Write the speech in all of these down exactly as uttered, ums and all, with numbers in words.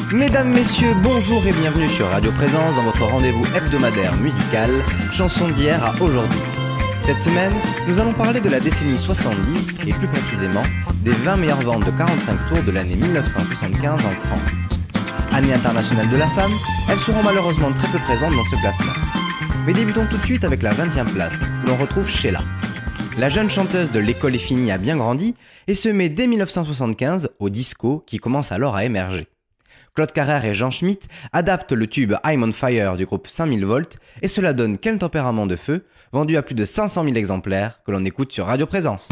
Mesdames, messieurs, bonjour et bienvenue sur Radio Présence dans votre rendez-vous hebdomadaire musical, chansons d'hier à aujourd'hui. Cette semaine, nous allons parler de la décennie soixante-dix et plus précisément des vingt meilleures ventes de quarante-cinq tours de l'année mille neuf cent soixante-quinze en France. Année internationale de la femme, elles seront malheureusement très peu présentes dans ce classement. Mais débutons tout de suite avec la vingtième place, où l'on retrouve Sheila. La jeune chanteuse de L'école est finie a bien grandi et se met dès mille neuf cent soixante-quinze au disco qui commence alors à émerger. Claude Carrère et Jean Schmitt adaptent le tube I'm on Fire du groupe cinq mille volts et cela donne Quel tempérament de feu, vendu à plus de cinq cent mille exemplaires que l'on écoute sur Radio Présence.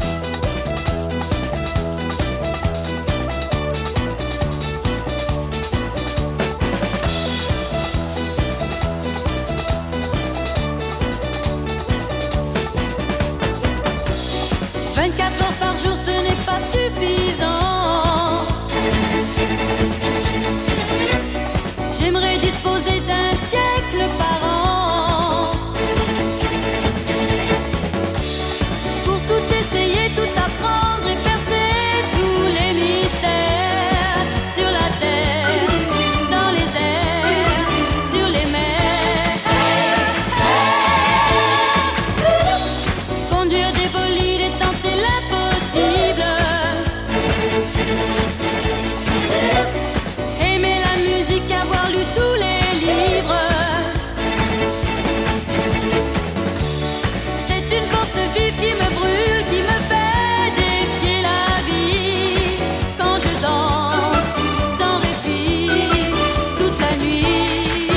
vingt-quatre heures par jour, ce n'est pas suffisant. J'aimerais disposer d'un siècle par an pour tout essayer, tout apprendre et percer tous les mystères sur la terre, dans les airs, sur les mers. Conduire des bolides et tenter l'impossible. Aimer la musique, avoir lu tous les livres. C'est une force vive qui me brûle, qui me fait défier la vie. Quand je danse sans répit toute la nuit.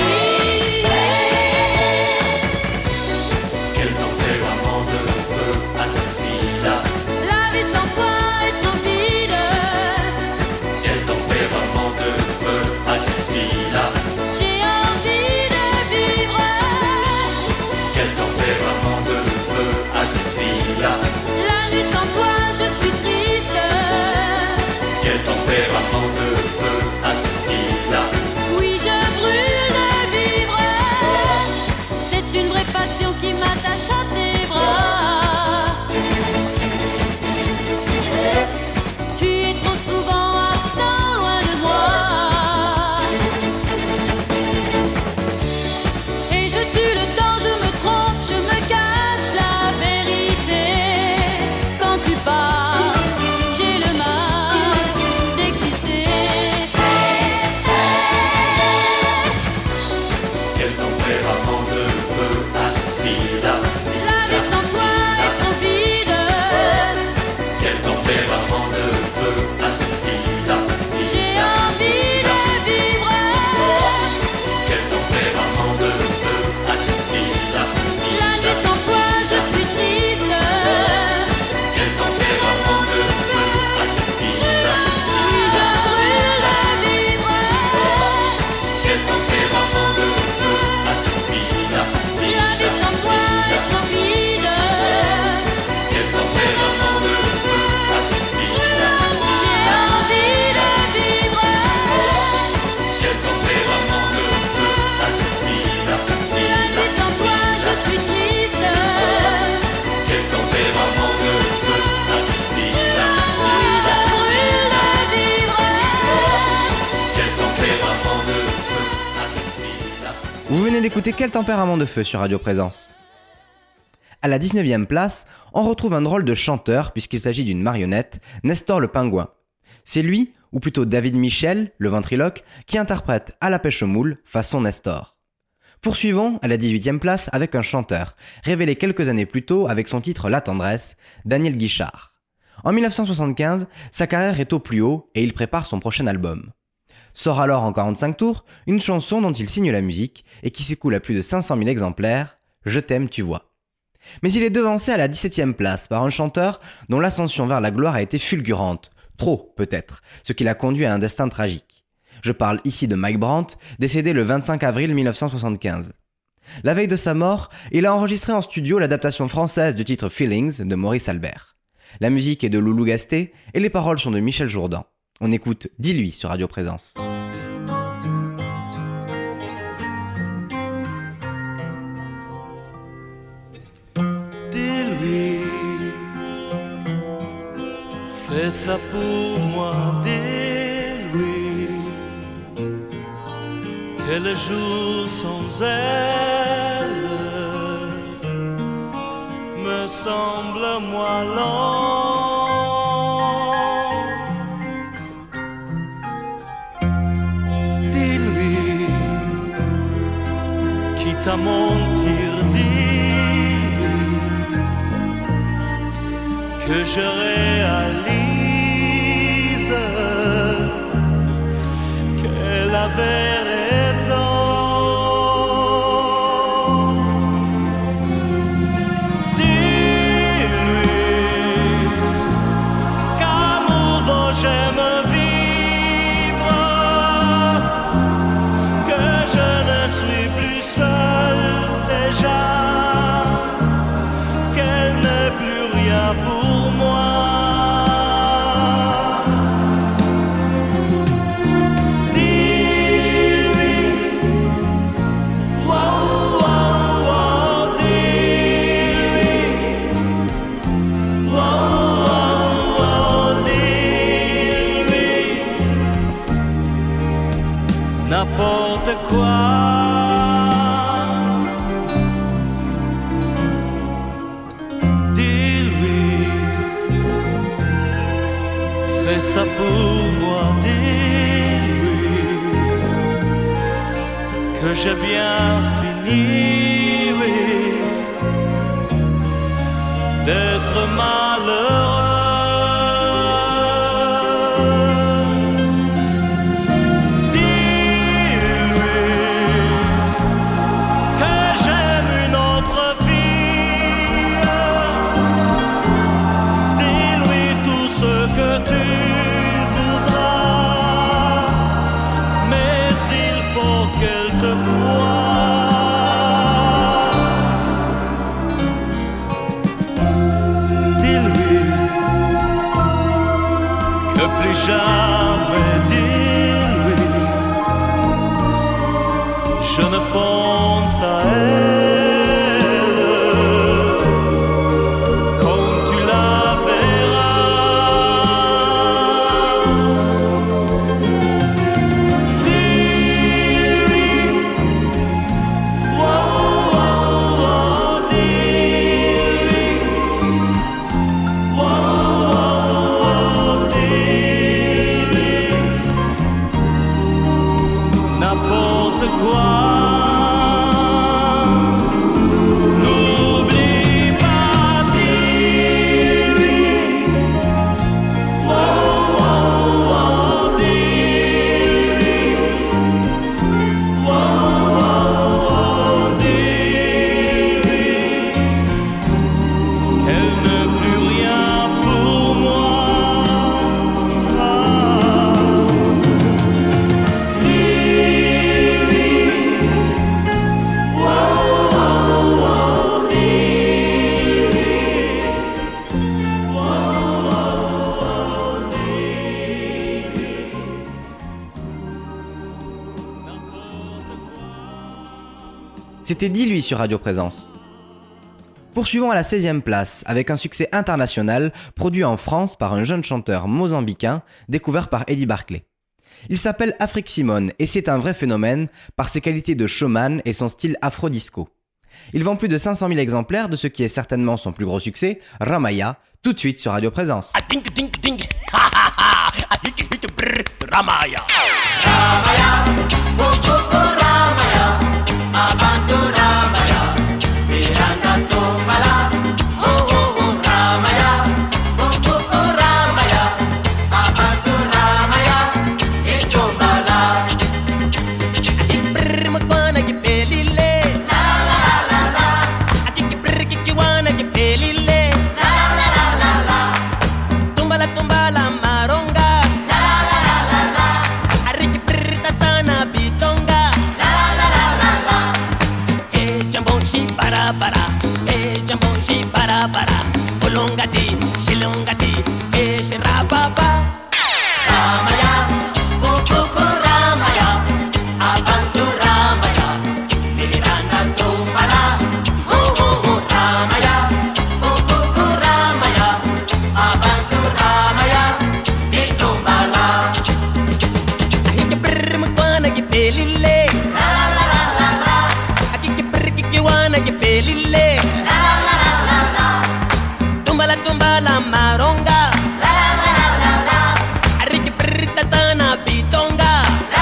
Quel tempérament de feu à cette fille-là. La vie sans toi est trop vide. Quel tempérament de feu à cette fille-là. J'ai envie de vivre. Quel tempérament de feu à cette fille-là. La nuit sans toi, je suis triste. Quel tempérament de feu à cette fille-là. Oui, je brûle de vivre. C'est une vraie passion qui m'attache à tes bras. Tu es trop souvent absent, loin de moi. Et je tue le temps, je me trompe, je me cache la vérité. Quand tu pars, j'ai le mal d'exister. Quel tempérament de feu à cette fille-là. La vie sans toi est trop vide. Quel tempérament de feu à cette fille-là. J'ai envie de vivre. Quel tempérament de feu à cette fille-là. La nuit sans toi, je suis triste. Quel tempérament de feu à cette fille-là. Oui, je brûle de vivre. Quel tempérament de feu à cette fille-là. La vie sans toi est trop vide. Quel tempérament de feu à cette fille-là. J'ai envie de vivre. Quel tempérament de feu à cette fille-là. La nuit sans toi, je suis triste. Quel tempérament de feu à cette fille-là. Oui, je brûle de vivre. Quel tempérament de feu à cette fille-là. Vous venez d'écouter Quel tempérament de feu sur Radio Présence. À la dix-neuvième place, on retrouve un drôle de chanteur puisqu'il s'agit d'une marionnette, Nestor le Pingouin. C'est lui, ou plutôt David Michel, le ventriloque, qui interprète À la pêche aux moules, façon Nestor. Poursuivons à la dix-huitième place avec un chanteur, révélé quelques années plus tôt avec son titre La tendresse, Daniel Guichard. En mille neuf cent soixante-quinze, sa carrière est au plus haut et il prépare son prochain album. Sort alors en quarante-cinq tours une chanson dont il signe la musique et qui s'écoule à plus de cinq cent mille exemplaires, Je t'aime, tu vois. Mais il est devancé à la dix-septième place par un chanteur dont l'ascension vers la gloire a été fulgurante, trop peut-être, ce qui l'a conduit à un destin tragique. Je parle ici de Mike Brandt, décédé le vingt-cinq avril mille neuf cent soixante-quinze. La veille de sa mort, il a enregistré en studio l'adaptation française du titre Feelings de Maurice Albert. La musique est de Loulou Gasté et les paroles sont de Michel Jourdan. On écoute Dis-lui sur Radio Présence. Dis-lui, fais ça pour moi, dis-lui. que le jour sans elle me semble moins long. Dis-lui, quitte à mentir, dis-lui que je réalise qu'elle avait raison. Dis-lui qu'amour j'aime vivre, que je ne suis plus seul déjà, qu'elle n'est plus rien pour moi. N'importe quoi. Dis-lui, fais ça pour moi. Dis-lui que j'ai bien fini, oui, d'être malheureux. Jamais, dis-lui, je ne pense à elle comme tu la verras. Dis-lui, oh, oh, oh, dis-lui, oh, oh, n'importe quoi. N'oublie pas, dis-lui, oh, oh, oh, dis-lui, oh, oh, oh, dis-lui qu'elle n'est plus rien pour moi. C'était Dis-lui sur Radio Présence. Poursuivons à la seizième place avec un succès international produit en France par un jeune chanteur mozambicain découvert par Eddie Barclay. Il s'appelle Afrique Simone et c'est un vrai phénomène par ses qualités de showman et son style afro-disco. Il vend plus de cinq cent mille exemplaires de ce qui est certainement son plus gros succès, Ramaya, tout de suite sur Radio Présence. Ramaya. Ramaya, Ramaya, Abantu Ramaya, Miranda Tomala, oh oh oh Ramaya, oh oh oh Ramaya, Abantu Ramaya, Tomala. Ibrr mukwana ki pelile, la la la la la. Atiki brr ki kiwana ki pelile, la la la la la. Tumbala tumbala maronga, la la la la la. Ariki brr tatana bitonga. Para para, eh jambon shi para para, bolongati, shilongati, eh shirapapa. Ramaya, buku Ramaya, abantu Ramaya, Miranda Tomala, oh oh oh Ramaya, buku Ramaya, abantu Ramaya, Tomala. Ahi ke brr mukwana ki pelile. pelile. Tumba la tumba la maronga. Ariki prita tana pitonga.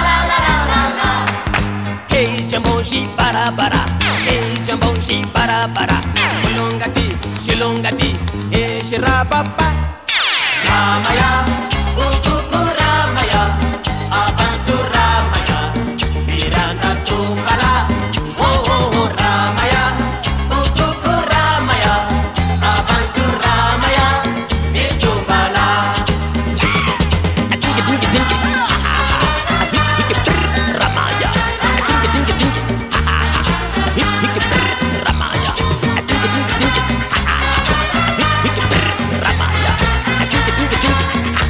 Hey jamboshi para para. Hey jamboshi para para. Shilongati, shilongati. Hey shirapapa. Ramaya, ukuku Ramaya. Abantu Ramaya. Miranda tumbala. Oh oh oh Ramaya. Ukuku Ramaya. Abantu Ramaya. Mirtumbala. Atinga tinga tinga. Hike Ramaya. Atinga tinga tinga. Hike Ramaya. Atinga tinga tinga. Hike Ramaya. Atinga tinga tinga.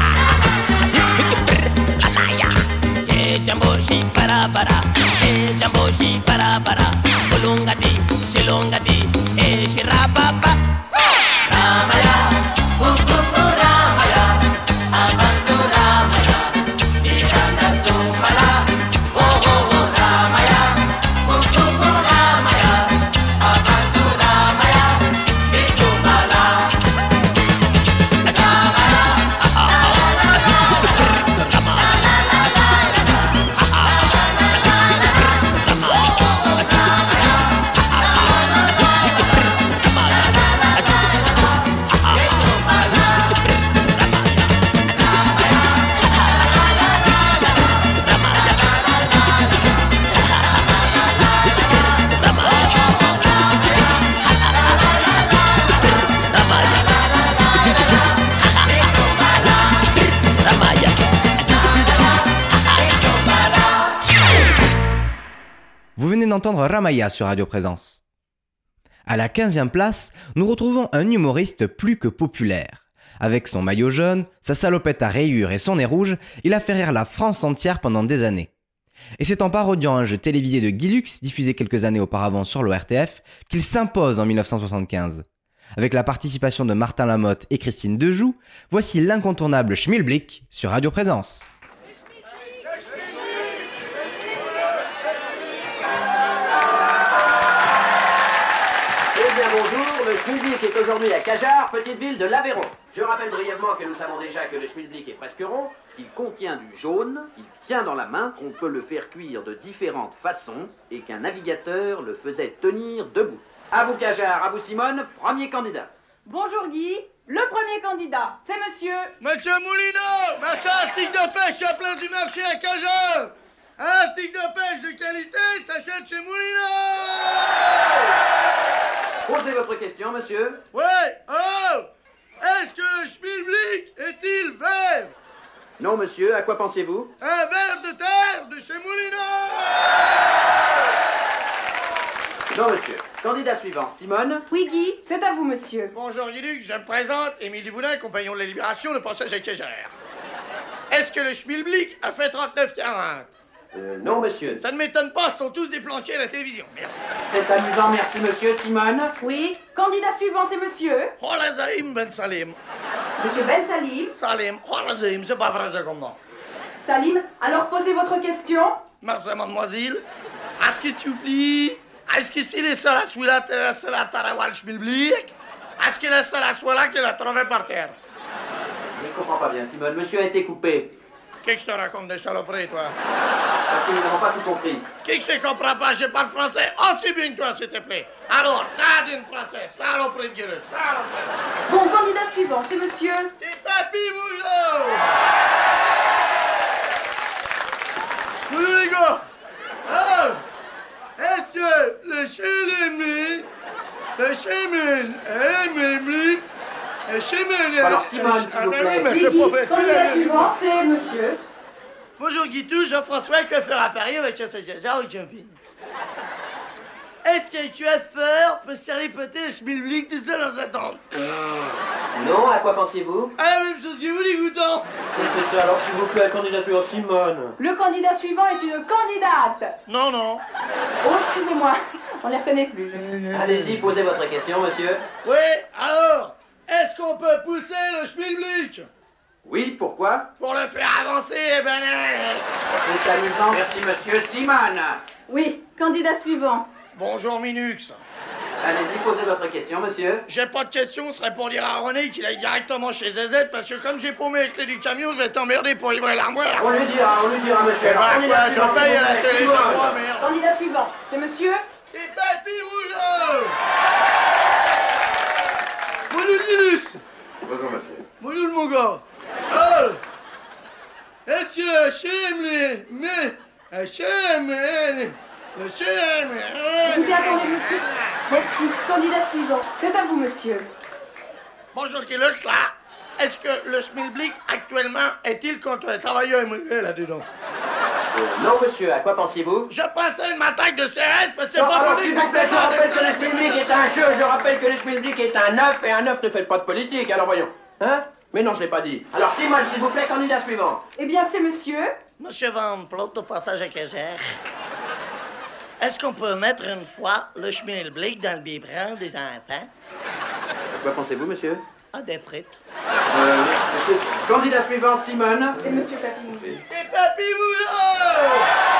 Hike Ramaya. Eh jamboshi para para. Eh jamboshi para para. Bolongati, shilongati. Eh shirapapa. Ramaya. Ukuku Ramaya. Abantu Ramaya. Miranda tumbala. Oh oh oh Ramaya. Ukuku Ramaya. Abantu Ramaya. Mirtumbala. Vous venez d'entendre Ramaya sur Radio Présence. À la quinzième place, nous retrouvons un humoriste plus que populaire. Avec son maillot jaune, sa salopette à rayures et son nez rouge, il a fait rire la France entière pendant des années. Et c'est en parodiant un jeu télévisé de Guy Lux, diffusé quelques années auparavant sur l'O R T F, qu'il s'impose en mille neuf cent soixante-quinze. Avec la participation de Martin Lamotte et Christine Dejoux, voici l'incontournable Schmilblick sur Radio Présence. Eh bien bonjour, le Schmilblick est aujourd'hui à Cajarc, petite ville de l'Aveyron. Je rappelle brièvement que nous savons déjà que le Schmilblick est presque rond, qu'il contient du jaune, qu'il tient dans la main, qu'on peut le faire cuire de différentes façons et qu'un navigateur le faisait tenir debout. À vous Cajarc, à vous Simone, premier candidat. Bonjour Guy, le premier candidat, c'est monsieur... Monsieur Moulineau, marchand article de pêche à plein du marché à Cajarc. Un article de pêche de qualité s'achète chez Moulineau. Posez votre question, monsieur. Ouais, oh, est-ce que le Schmilblick est-il vert? Non, monsieur, à quoi pensez-vous? Un ver de terre de chez Moulineau. Non, monsieur. Candidat suivant, Simone. Oui Guy, c'est à vous monsieur. Bonjour Guy-Luc, je me présente, Émile Duboulin, compagnon de la Libération, le passage à Cajarc. Est-ce que le Schmilblick a fait trente-neuf quarante? Euh, non, monsieur. Ça ne m'étonne pas, ce sont tous des planchers à la télévision. Merci. C'est amusant, merci, monsieur. Simone. Oui, candidat suivant, c'est monsieur... Oh la Zaïm Ben Salim. Monsieur Ben Salim. Salim, oh la Zaïm, c'est pas français comme nom. Salim, alors posez votre question. Merci, mademoiselle. Est-ce que s'il vous plaît, est-ce que c'est le seul à celui-là, c'est la Tarawal Schmilblick? Est-ce que le seul à celui-là qui l'a trouvé par terre? Je ne comprends pas bien, Simone. Monsieur a été coupé. Qu'est-ce que tu racontes des saloperies, toi? Parce que nous n'avons pas tout compris. Qui que c'est comprend pas? Je parle français aussi bien que toi, s'il te plaît. Alors, t'as dit français, saloperie de gueule, saloperie. Bon, candidat suivant, c'est monsieur... T'es papy Bougeot! Bonjour les gars! Alors, est-ce que le chélémé, le chémène, le le chémène... Alors, Simone, s'il vous plaît. mais Oui, c'est Guy, pas fait. candidat suivant, c'est monsieur... Bonjour Guitou, Jean-François, coiffeur à Paris avec Chasse Cajarc au camping. Est-ce qu'un coiffeur peut servir peut-être le Schmilblick tout seul dans sa tente? Non, à quoi pensez-vous? Ah, la même chose que vous, les goutons! C'est ça, alors s'il vous plaît, candidat suivant, Simone. Le candidat suivant est une candidate. Non, non. Oh, excusez-moi, on ne les reconnaît plus. je- Allez-y, posez votre question, monsieur. Oui, alors, est-ce qu'on peut pousser le Schmilblick? Oui, pourquoi? Pour le faire avancer, eh ben... euh, C'est amusant. Merci, monsieur. Simone. Oui, candidat suivant. Bonjour Minux. Allez-y, posez votre question, monsieur. J'ai pas de question, ce serait pour dire à René qu'il aille directement chez Z Z, parce que comme j'ai paumé les clés du camion, je vais t'emmerder pour livrer l'armoire. On lui dira, on lui dira, monsieur. Eh ben, Alors, quoi, candidat je suivant, paye s'il à vous la plaît. télé Excuse-moi, chaque mois, monsieur. merde. Candidat suivant, c'est monsieur C'est Papy Rougeau. Bonjour, Gilus. Bonjour, monsieur. Bonjour, mon gars. Oh. Est-ce que j'aime les... Mais... J'aime les... J'aime... Écoutez, attendez, monsieur. Merci. Candidat suivant, c'est à vous, monsieur. Bonjour, Kellogg's, là. Est-ce que le schmilblick, actuellement, est-il contre les travailleurs immigrés, là-dedans? Euh, non, monsieur, à quoi pensiez-vous? Je pensais à une attaque de C R S, parce que c'est Non, pas alors, pour s'il dire vous plaît, je rappelle que le que schmilblick est un jeu, je rappelle que le schmilblick est un œuf, et un œuf ne fait pas de politique, alors voyons. Hein? Mais non, je l'ai pas dit. Alors, Simone, s'il vous plaît, candidat suivant. Eh bien, c'est monsieur. Monsieur Van Plot, au passage à Cagère. Est-ce qu'on peut mettre une fois le schmilblick dans le biberon des enfants? À quoi pensez-vous, monsieur? Ah, des frites. Euh, monsieur, candidat suivant, Simone. C'est monsieur Papy. Et Papy Boulot!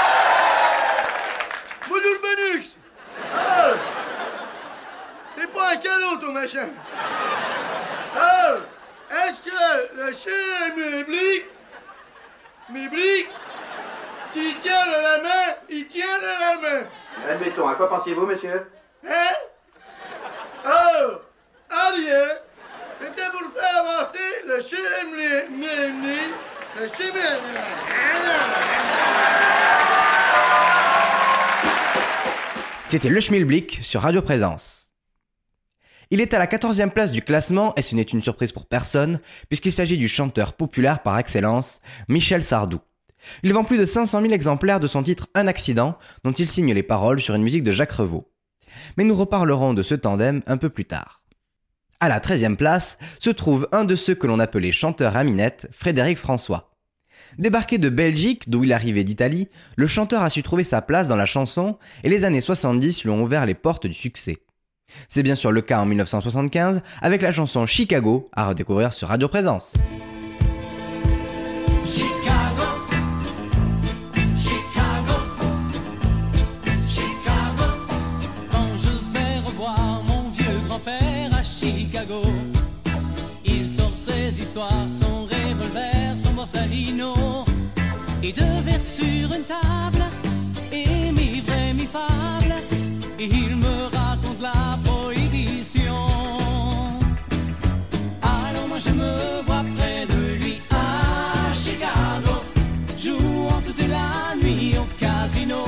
Bonjour, Benux! Oh! C'est pas un cadeau, ton machin! Oh! Est-ce que le schmilblick, schmilblick, s'il tient de la main, il tient de la main? Admettons, à quoi pensiez-vous, monsieur? Hein? Oh! Ah bien! C'était pour faire avancer le schmilblick, le schmilblick. C'était le Schmilblick sur Radio Présence. Il est à la quatorzième place du classement et ce n'est une surprise pour personne puisqu'il s'agit du chanteur populaire par excellence, Michel Sardou. Il vend plus de cinq cent mille exemplaires de son titre Un accident dont il signe les paroles sur une musique de Jacques Revaux. Mais nous reparlerons de ce tandem un peu plus tard. À la treizième place se trouve un de ceux que l'on appelait chanteur à minette, Frédéric François. Débarqué de Belgique, d'où il arrivait d'Italie, le chanteur a su trouver sa place dans la chanson et les années soixante-dix lui ont ouvert les portes du succès. C'est bien sûr le cas en mille neuf cent soixante-quinze avec la chanson Chicago à redécouvrir sur Radio Présence. Chicago, Chicago, Chicago. Quand je vais revoir mon vieux grand-père à Chicago, il sort ses histoires, son revolver, son borsalino, et deux verres sur une table, et mi-vrai, mi-fable, et il me raconte la prohibition. Alors moi je me vois près de lui à Chicago, jouant toute la nuit au casino.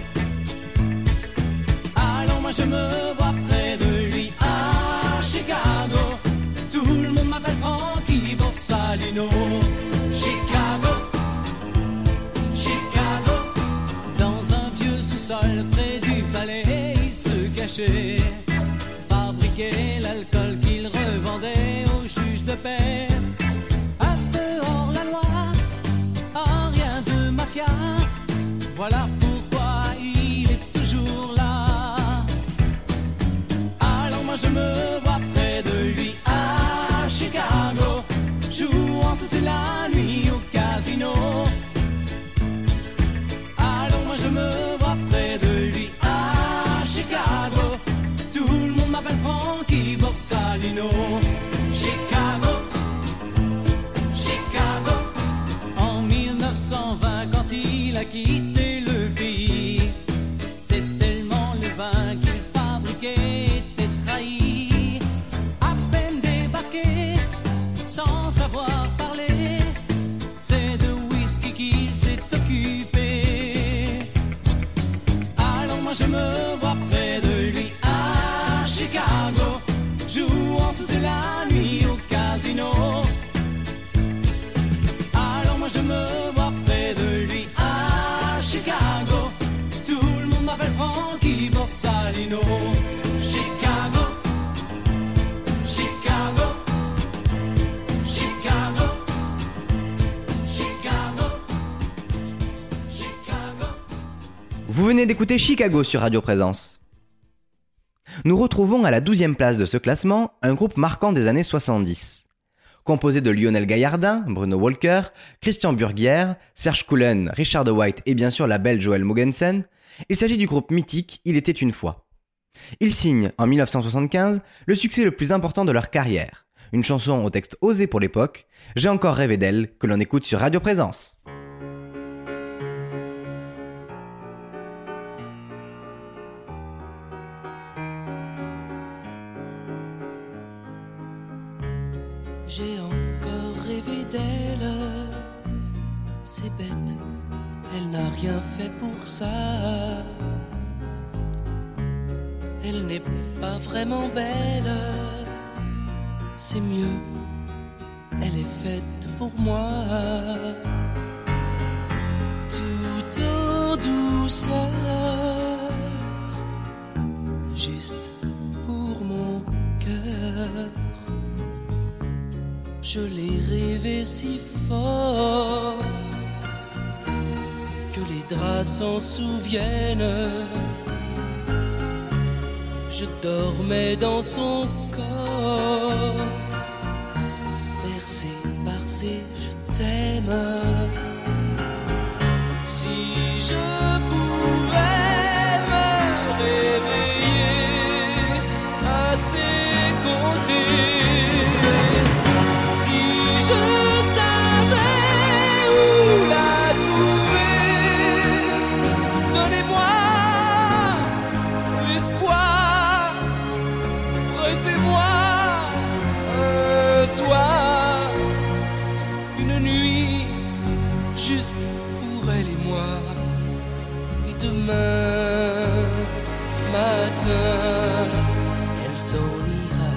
Alors moi je me vois près de lui à Chicago, tout le monde m'appelle Frankie Borsalino. Chicago, Chicago, dans un vieux sous-sol près du palais, il se cachait, fabriquait l'alcool qu'il revendait aux juges de paix. À dehors la loi, ah, rien de mafia, voilà pourquoi il est toujours là. Alors moi je me vois près de lui à Chicago, jouant toute la nuit au casino. Alors moi je me vois près de lui à Chicago, tout le monde m'appelle Frankie Borsalino. Chicago, Chicago. En mille neuf cent vingt quand il a quitté le pays, c'est tellement le vin qu'il fabriquait était trahi. À peine débarqué, sans savoir parler, c'est de whisky qu'il s'est occupé. Alors moi je me vois près de lui à Chicago, jouant toute la nuit au casino. Alors moi je me vois près de lui à Chicago, tout le monde m'appelle Frankie Borsalino. Chicago, Chicago, Chicago, Chicago, Chicago. Vous venez d'écouter Chicago sur Radio Présence. Nous retrouvons à la douzième place de ce classement un groupe marquant des années soixante-dix. Composé de Lionel Gaillardin, Bruno Walker, Christian Burguière, Serge Coulen, Richard de White et bien sûr la belle Joëlle Mogensen, il s'agit du groupe mythique Il était une fois. Ils signent, en mille neuf cent soixante-quinze, le succès le plus important de leur carrière. Une chanson au texte osé pour l'époque, J'ai encore rêvé d'elle, que l'on écoute sur Radio Présence. J'ai encore rêvé d'elle, c'est bête, elle n'a rien fait pour ça. Elle n'est pas vraiment belle, c'est mieux, elle est faite pour moi. Tout en douceur, juste pour mon cœur. Je l'ai rêvé si fort que les draps s'en souviennent. Je dormais dans son corps, bercé par ses je t'aime. Si je pouvais me réveiller à ses côtés, si je savais où la trouver, donnez-moi l'espoir, prêtez-moi un soir, une nuit juste pour elle et moi. Et demain matin, elle s'en ira.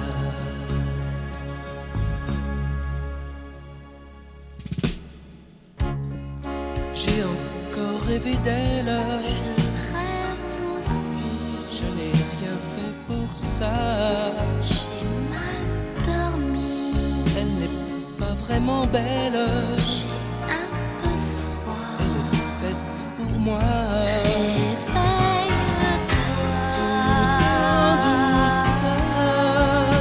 J'ai encore rêvé d'elle. Je rêve aussi. Je n'ai rien fait pour ça. J'ai mal dormi. Elle n'est pas vraiment belle. J'ai un peu froid. Elle est faite pour moi. Réveille-toi. Tout en douceur,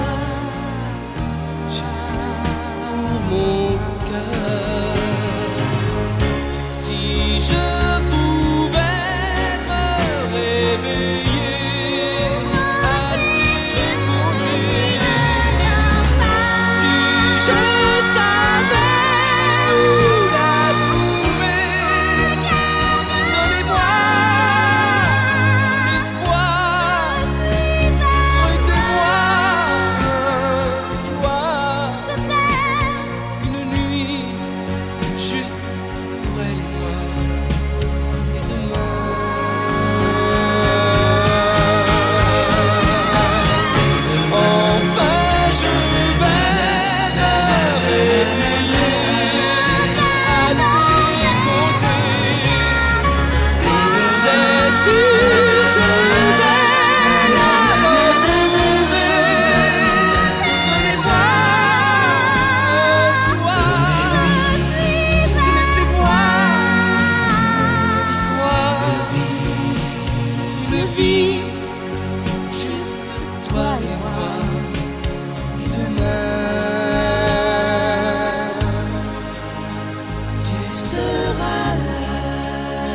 juste pour mon cœur. Si je pouvais me réveiller à ses côtés, si je savais où la trouver, donnez-moi l'espoir, prêtez-moi un soir, une nuit juste pour elle et moi. Et demain, enfin je vais me réveiller à ses côtés. C'est si je vais la retrouver, donnez-moi un soir, laissez-moi y croire. Une vie, juste toi et moi. Et demain, tu seras là.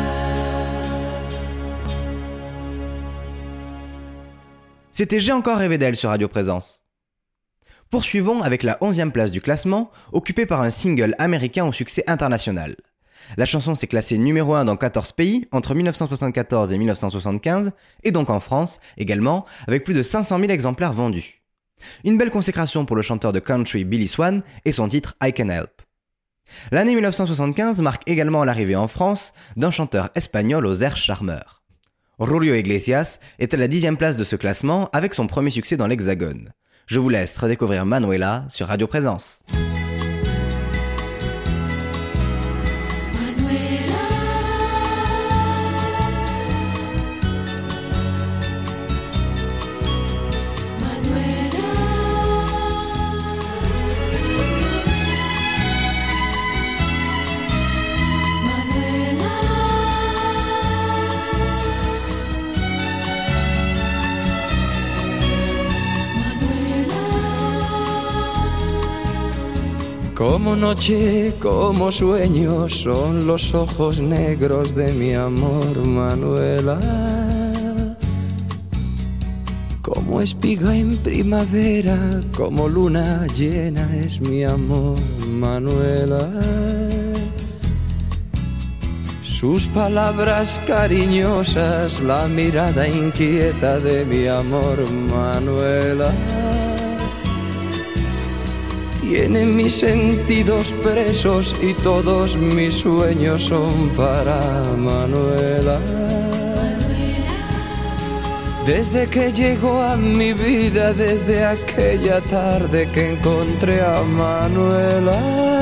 C'était J'ai encore rêvé d'elle sur Radio Présence. Poursuivons avec la onzième place du classement, occupée par un single américain au succès international. La chanson s'est classée numéro un dans quatorze pays entre mille neuf cent soixante-quatorze et mille neuf cent soixante-quinze, et donc en France également, avec plus de cinq cent mille exemplaires vendus. Une belle consécration pour le chanteur de country Billy Swan et son titre I Can Help. L'année mille neuf cent soixante-quinze marque également l'arrivée en France d'un chanteur espagnol aux airs charmeurs. Julio Iglesias est à la dixième place de ce classement avec son premier succès dans l'Hexagone. Je vous laisse redécouvrir Manuela sur Radio Présence. Como noche, como sueño, son los ojos negros de mi amor, Manuela. Como espiga en primavera, como luna llena es mi amor, Manuela. Sus palabras cariñosas, la mirada inquieta de mi amor, Manuela. Tiene mis sentidos presos y todos mis sueños son para Manuela. Desde que llegó a mi vida, desde aquella tarde que encontré a Manuela,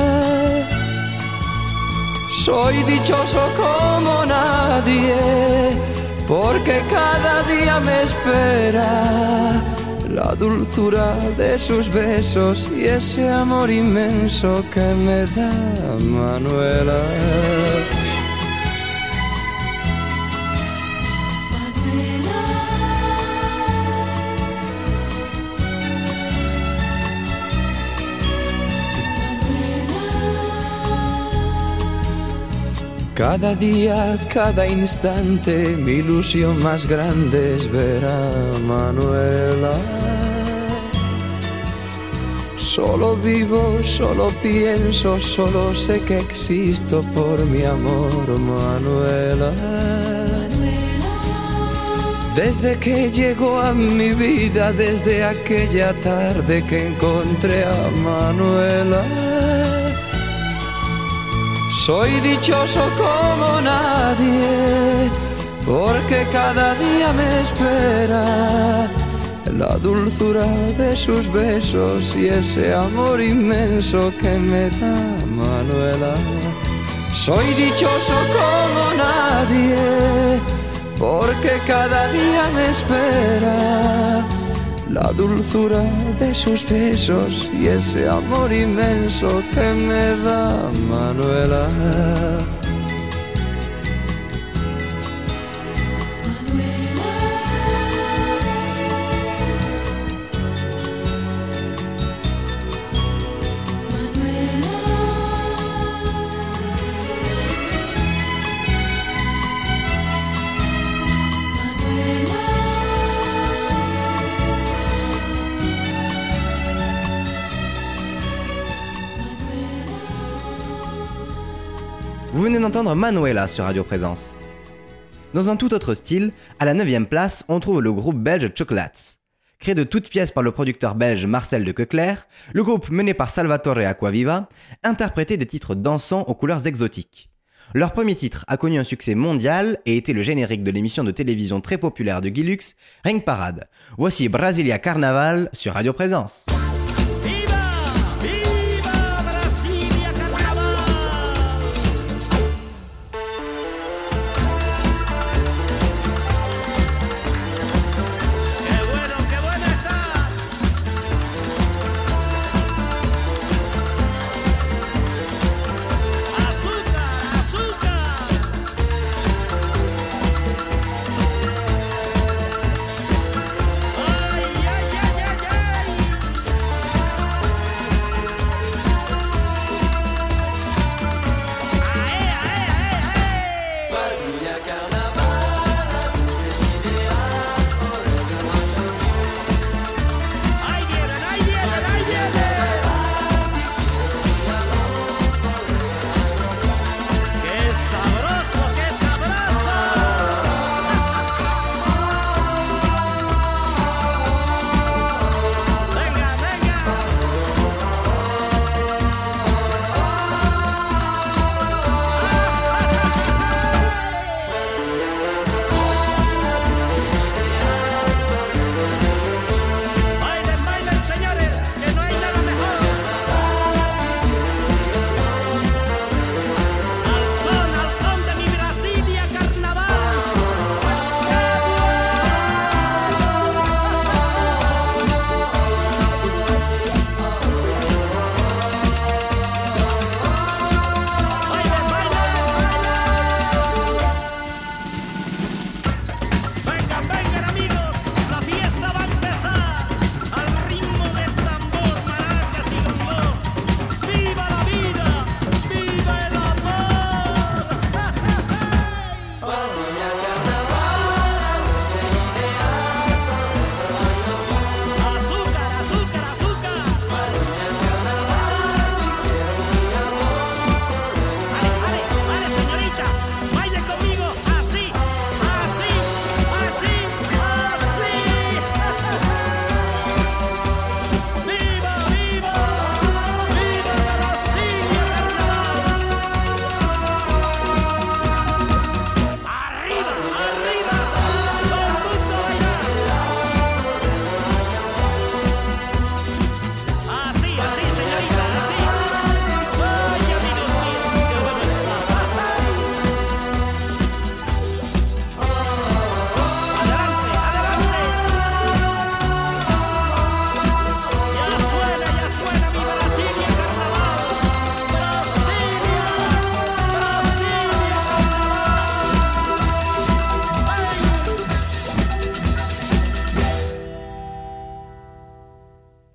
soy dichoso como nadie, porque cada día me espera la dulzura de sus besos y ese amor inmenso que me da Manuela. Cada día, cada instante, mi ilusión más grande es ver a Manuela. Solo vivo, solo pienso, solo sé que existo por mi amor, Manuela. Desde que llegó a mi vida, desde aquella tarde que encontré a Manuela, soy dichoso como nadie, porque cada día me espera la dulzura de sus besos y ese amor inmenso que me da Manuela. Soy dichoso como nadie, porque cada día me espera la dulzura de sus besos y ese amor inmenso que me da Manuela. Vous venez d'entendre Manuela sur Radio Présence. Dans un tout autre style, à la neuvième place, on trouve le groupe belge Chocolates. Créé de toutes pièces par le producteur belge Marcel de Keucler, le groupe mené par Salvatore Acquaviva interprétait des titres dansants aux couleurs exotiques. Leur premier titre a connu un succès mondial et était le générique de l'émission de télévision très populaire de Guy Lux, Ring Parade. Voici Brasilia Carnaval sur Radio Présence. Ay, ay, ay, ay, ay.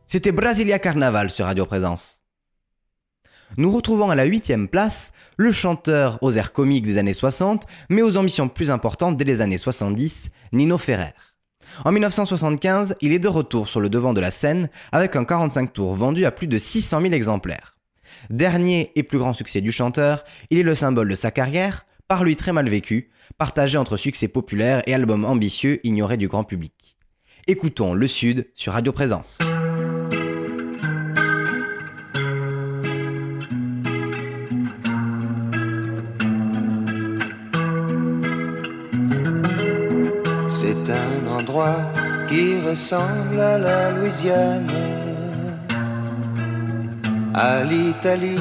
C'était Brasilia Carnaval sur Radio Présence. Nous retrouvons à la huitième place le chanteur aux airs comiques des années soixante, mais aux ambitions plus importantes dès les années soixante-dix, Nino Ferrer. En dix-neuf cent soixante-quinze, il est de retour sur le devant de la scène avec un quarante-cinq tours vendu à plus de six cent mille exemplaires. Dernier et plus grand succès du chanteur, il est le symbole de sa carrière, par lui très mal vécu, partagé entre succès populaire et albums ambitieux ignorés du grand public. Écoutons Le Sud sur Radio Présence. C'est un endroit qui ressemble à la Louisiane, à l'Italie.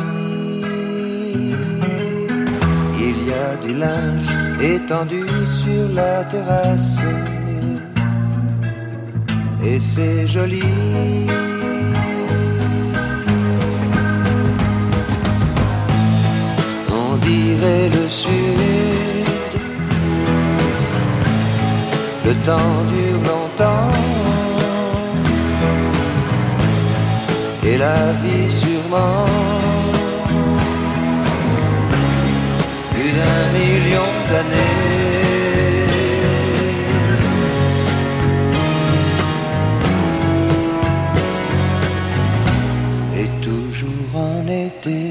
Il y a du linge étendu sur la terrasse et c'est joli. On dirait le Sud, le temps dure longtemps et la vie sûrement plus d'un million d'années. Et toujours en été.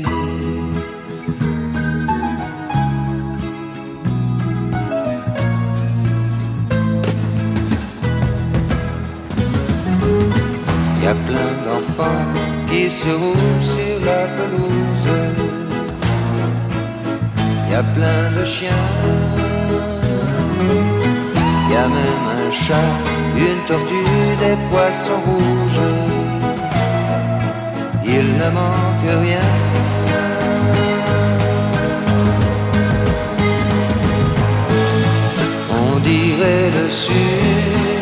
Y a plein d'enfants qui se roulent sur la pelouse. Y a plein de chiens. Y a même un chat, une tortue, des poissons rouges. Il ne manque rien. On dirait le Sud.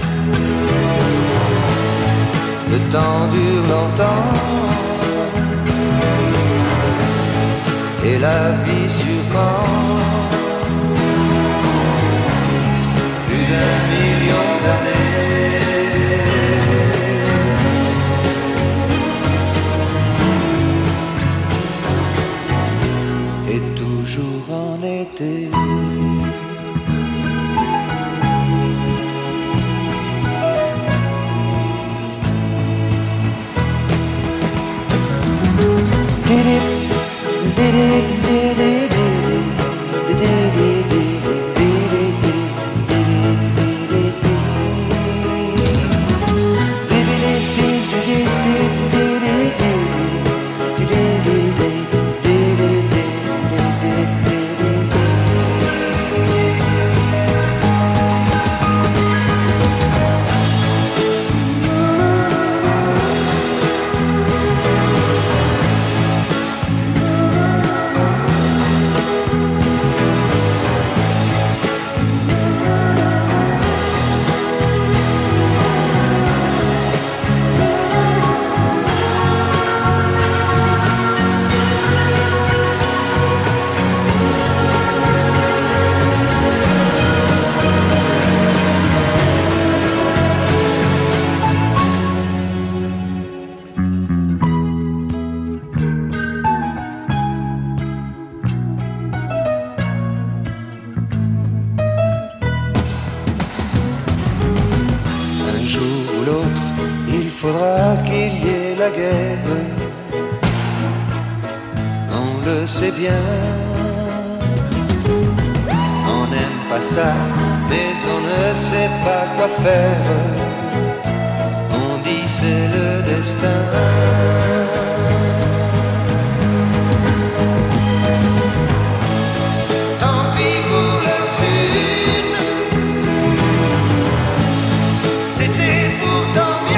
Le temps dure longtemps et la vie sûrement plus d'un million d'années. Et toujours en été. C'est bien, on n'aime pas ça, mais on ne sait pas quoi faire. On dit c'est le destin. Tant pis pour le Sud, c'était pourtant bien.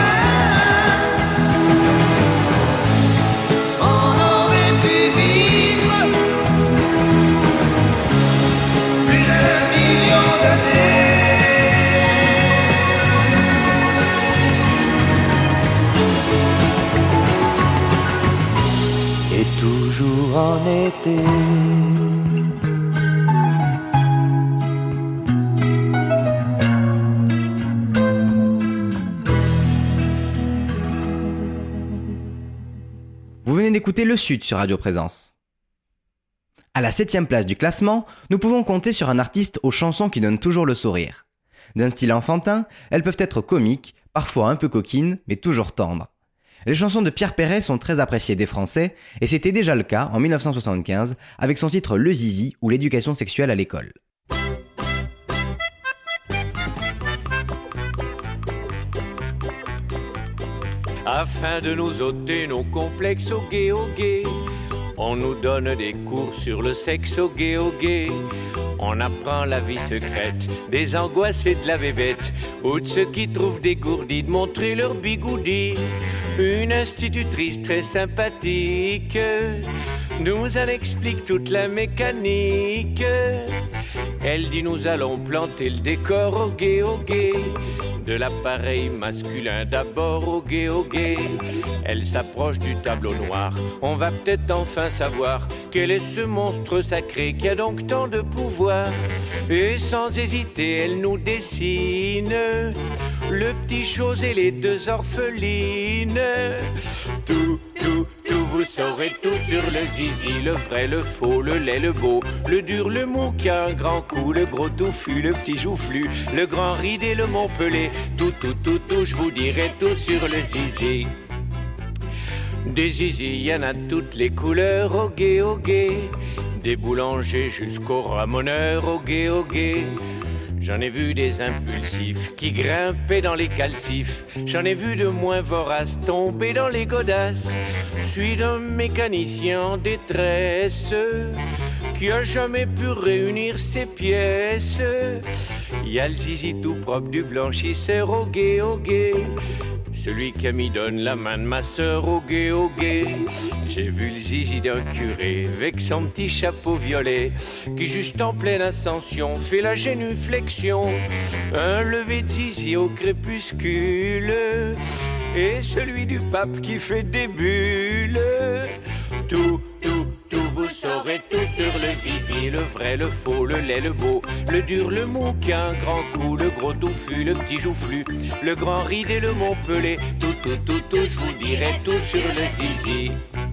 écoutez Le Sud sur Radio Présence. À la septième place du classement, nous pouvons compter sur un artiste aux chansons qui donnent toujours le sourire. D'un style enfantin, elles peuvent être comiques, parfois un peu coquines, mais toujours tendres. Les chansons de Pierre Perret sont très appréciées des Français, et c'était déjà le cas en dix-neuf cent soixante-quinze avec son titre Le Zizi ou l'éducation sexuelle à l'école. Afin de nous ôter nos complexes au gay au gay, on nous donne des cours sur le sexe au gay au gay. On apprend la vie secrète des angoisses et de la bébête, ou de ceux qui trouvent dégourdis de montrer leur bigoudi. Une institutrice très sympathique nous en explique toute la mécanique. Elle dit nous allons planter le décor au gay au gay, de l'appareil masculin d'abord au gay au gay. Elle s'approche du tableau noir, on va peut-être enfin savoir quel est ce monstre sacré qui a donc tant de pouvoir. Et sans hésiter elle nous dessine le petit chose et les deux orphelines. Tout, tout, tout, vous saurez tout sur le zizi, le vrai, le faux, le laid, le beau, le dur, le mou qui a un grand coup, le gros touffu, le petit joufflu, le grand ride et le montpelé. Tout, tout, tout, tout, je vous dirai tout sur le zizi. Des zizi, y en a toutes les couleurs au gay au gay, des boulangers jusqu'aux ramoneurs au gay au gay. J'en ai vu des impulsifs qui grimpaient dans les calcifs. J'en ai vu de moins voraces tomber dans les godasses. Je suis d'un mécanicien en détresse qui a jamais pu réunir ses pièces. Y a le zizi tout propre du blanchisseur au gay au gay, celui qui m'y donne la main de ma sœur au gay au gay. J'ai vu le zizi d'un curé avec son petit chapeau violet qui juste en pleine ascension fait la génuflexion. Un lever de zizi au crépuscule et celui du pape qui fait des bulles. Tout, tout, tout, vous saurez tout sur le zizi, le vrai, le faux, le laid, le beau, le dur, le mou qui a un grand coup, le gros touffu, le petit joufflu, le grand ride et le montpelé. Tout, tout, tout, tout, je vous dirai tout sur le zizi.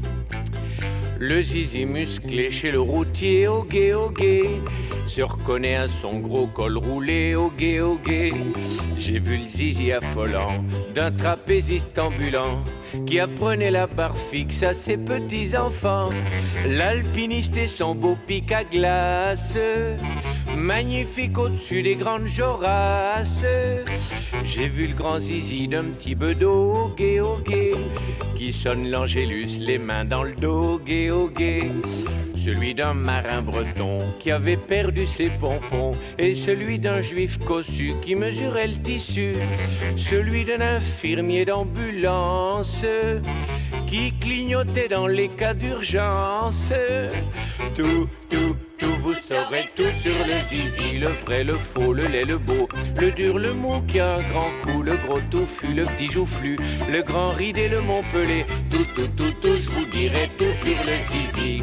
Le zizi musclé chez le routier au gay au gay se reconnaît à son gros col roulé au gay au gay. J'ai vu le zizi affolant d'un trapéziste ambulant qui apprenait la barre fixe à ses petits-enfants. L'alpiniste et son beau pic à glace, magnifique au-dessus des grandes jorasses. J'ai vu le grand zizi d'un petit bedeau au gay au gay qui sonne l'angélus les mains dans le dos gay au gay. Celui d'un marin breton qui avait perdu ses pompons et celui d'un juif cossu qui mesurait le tissu. Celui d'un infirmier d'ambulance qui clignotait dans les cas d'urgence. Tout, tout, tout, vous saurez tout sur le zizi, le vrai, le faux, le laid, le beau, le dur, le mou qui a un grand coup, le gros touffu, le petit joufflu, le grand ride et le montpelé. Tout, tout, tout, tout, je vous dirai tout sur le zizi.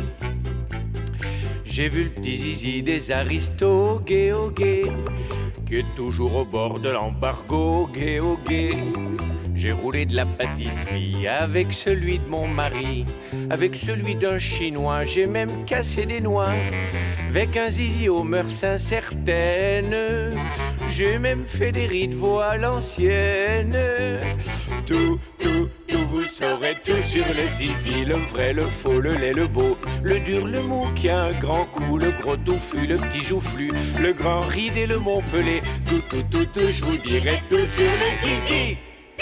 J'ai vu le petit zizi des aristos, gay au gay, qui est toujours au bord de l'embargo, gay au gay. J'ai roulé de la pâtisserie avec celui de mon mari, avec celui d'un chinois, j'ai même cassé des noix, avec un zizi aux mœurs incertaines, j'ai même fait des rides voix à l'ancienne. Tout, tout, tout, vous saurez tout sur le zizi, le vrai, le faux, le laid, le beau, le dur, le mou qui a un grand coup, le gros touffu, le petit joufflu, le grand ride et le montpelé. Tout, tout, tout, tout, je vous dirai tout sur le zizi.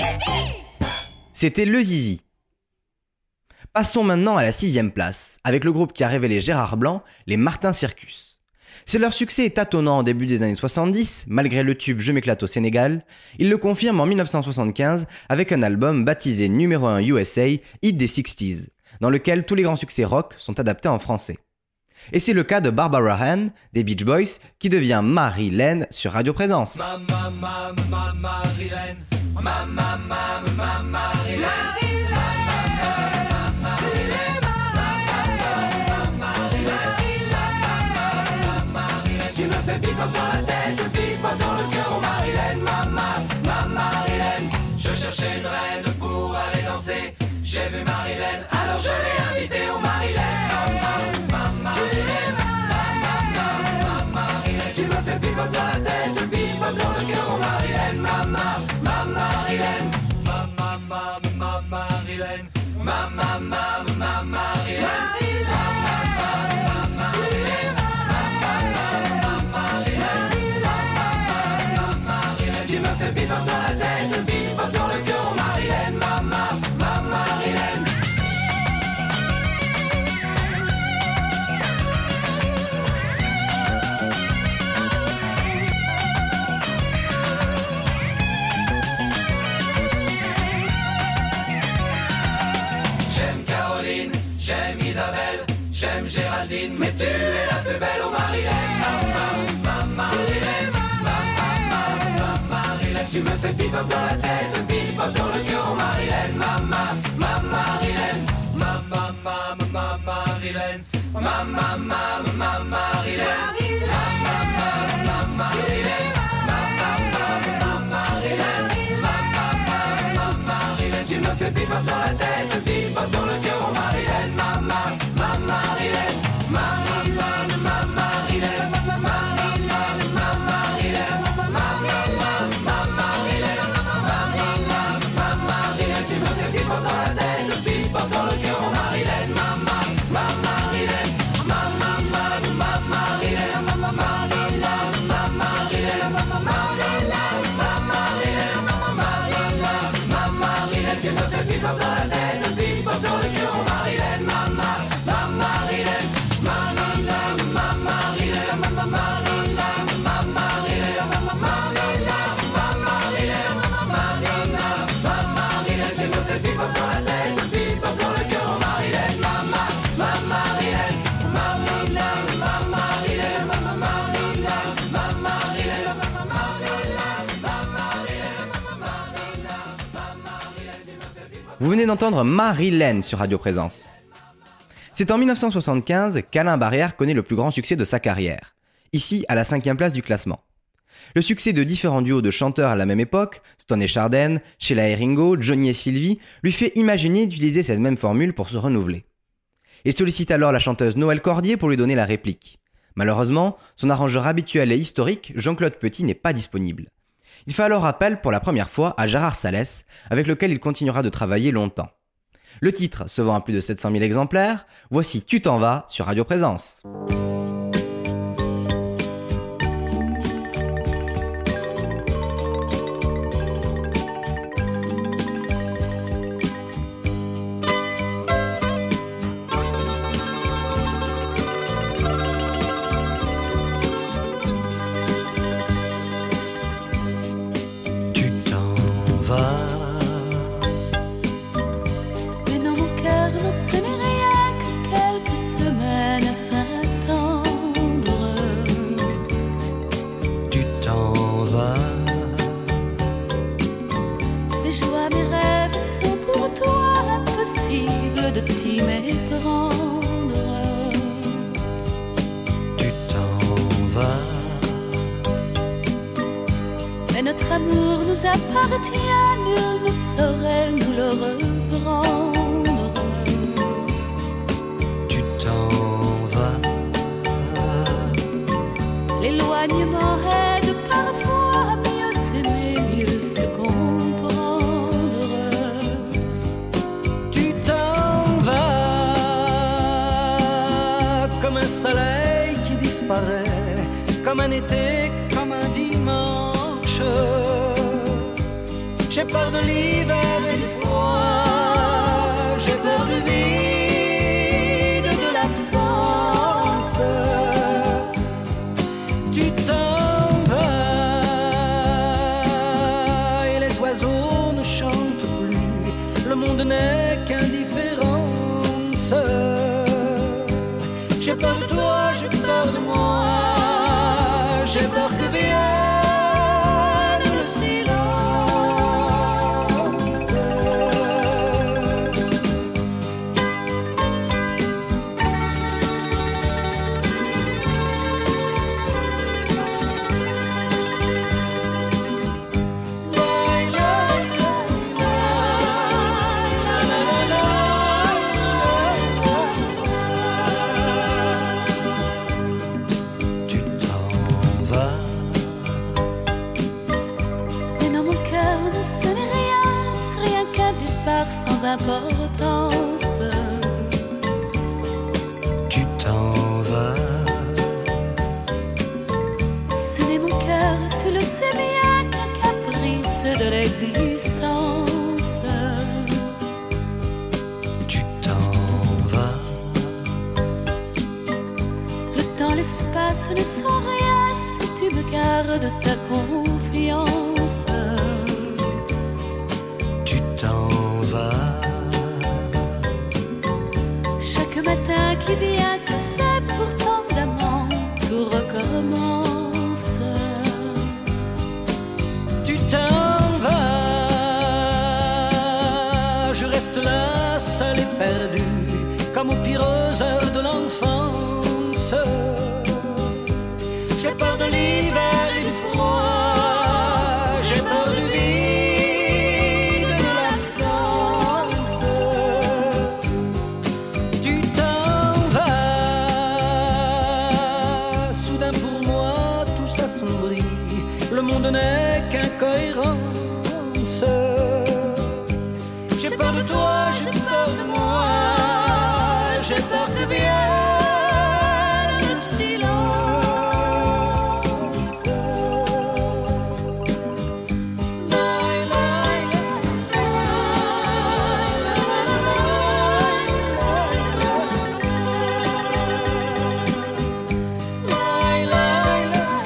C'était Le Zizi. Passons maintenant à la sixième place, avec le groupe qui a révélé Gérard Blanc, les Martin Circus. Si leur succès est tâtonnant en début des années soixante-dix, malgré le tube Je m'éclate au Sénégal, ils le confirment en dix-neuf cent soixante-quinze avec un album baptisé numéro un U S A, Hit des sixties, dans lequel tous les grands succès rock sont adaptés en français. Et c'est le cas de Barbara Ann, des Beach Boys, qui devient Marilyn sur Radio Présence. Ma, ma, ma, ma, Marilyn. Ma, ma, ma, ma, Marilyn. Tu me fais pique dans la tête, pique dans le cœur, oh Marilyn, ma, ma, ma, Marilyn. Je cherchais une reine pour aller danser, j'ai vu Marilyn, alors je l'ai invitée. ma, ma, ma, Marilène. Tu me fais bebop dans la tête, bebop dans le cœur, Marilène, ma, ma, ma, Marilène. J'aime Caroline, j'aime Isabelle, j'aime Géraldine, mais tu es la plus belle, oh Marilène, ma, ma, ma, Marilène, ma, ma, ma, ma, Marilène. Tu me fais bebop dans la tête, bebop dans le cœur, oh Marilène, ma, ma, ma, Marilène, ma, ma, ma, ma, Marilène, ma, ma, ma, ma, Marilène, ma, ma, ma, ma, Marilène, ma, ma, ma, ma, Marilène, ma, ma, ma, ma, Marilène. Tu me fais bebop dans la tête, bebop dans le cœur, oh Marilène, ma, ma, ma, Marilène, ma, ma, ma, ma, Marilène, ma, ma, ma, ma, Marilène, ma, ma, ma, ma, Marilène, ma, ma, ma, Marilène. Tu me fais bebop dans la tête, bebop dans le cœur, oh Marilène, ma, ma, ma, Marilène, ma, ma, ma, ma, Marilène, ma, ma, ma, ma, Marilène, ma, ma, ma, ma, Marilène, ma, ma, ma, ma, Marilène. Tu me fais bebop dans la tête, bebop dans le cœur, oh Marilène, ma, ma, ma, Marilène, ma, ma, ma, Marilène, ma, ma, ma, ma, Marilène, ma, ma, ma, ma, Marilène, ma, ma, ma, Marilène. Tu me fais bebop dans la tête, bebop dans le cœur, oh Marilène, ma, ma, ma, Marilène, ma, ma, ma, Marilène, ma, ma, ma, ma, Marilène, ma, ma, ma, ma, Marilène, ma, ma, ma, Marilène. Tu me fais bebop. Vous venez d'entendre Marilène sur Radio Présence. C'est en mille neuf cent soixante-quinze qu'Alain Barrière connaît le plus grand succès de sa carrière, ici à la cinquième place du classement. Le succès de différents duos de chanteurs à la même époque, Stone et Chardin, Sheila et Ringo, Johnny et Sylvie, lui fait imaginer d'utiliser cette même formule pour se renouveler. Il sollicite alors la chanteuse Noël Cordier pour lui donner la réplique. Malheureusement, son arrangeur habituel et historique, Jean-Claude Petit, n'est pas disponible. Il fait alors appel pour la première fois à Gérard Salès, avec lequel il continuera de travailler longtemps. Le titre se vend à plus de sept cent mille exemplaires, voici Tu t'en vas sur Radio Présence. Tu t'en vas. Mais dans mon cœur, ce n'est rien que quelques semaines à s'attendre. Tu t'en vas. Mes joies, mes rêves sont pour toi impossible de t'y méprendre. Tu t'en vas. Mais notre amour nous appartient, nul ne saurait nous le reprendre. Tu t'en vas. L'éloignement aide parfois à mieux s'aimer, mieux se comprendre. Tu t'en vas comme un soleil qui disparaît, comme un été, comme un dimanche. J'ai peur de l'hiver et du froid, j'ai peur du vide, de l'absence. Tu t'en vas et les oiseaux ne chantent plus, le monde n'est qu'indifférence. J'ai peur de toi, j'ai peur de moi, j'ai peur que vienne le silence. importance. l'existence. Tu t'en vas. Le temps, l'espace ne sont rien si tu me gardes ta confiance. Tu t'en vas. Chaque matin qui vient, tu sais, pourtant d'amant, tout recommence. Tu t'en vas. Je reste là, seul et perdu, comme aux pires heures de l'enfance. J'ai peur de l'hiver et du froid. J'ai peur du vide, de l'absence. Tu t'en vas. Soudain pour moi tout s'assombrit. Le monde n'est qu'incohérence. J'ai peur de toi, j'ai peur de moi. J'ai peur que vienne le silence. Laï, laï, laï, laï,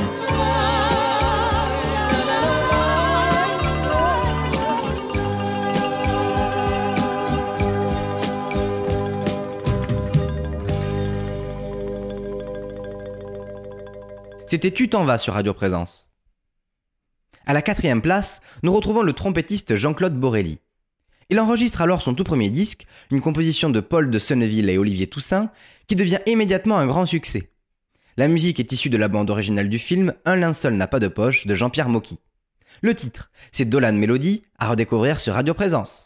C'était Tu t'en vas sur Radio Présence. À la quatrième place, nous retrouvons le trompettiste Jean-Claude Borelli. Il enregistre alors son tout premier disque, une composition de Paul de Senneville et Olivier Toussaint, qui devient immédiatement un grand succès. La musique est issue de la bande originale du film Un linceul n'a pas de poche de Jean-Pierre Mocky. Le titre, c'est Dolan Melody, à redécouvrir sur Radio Présence.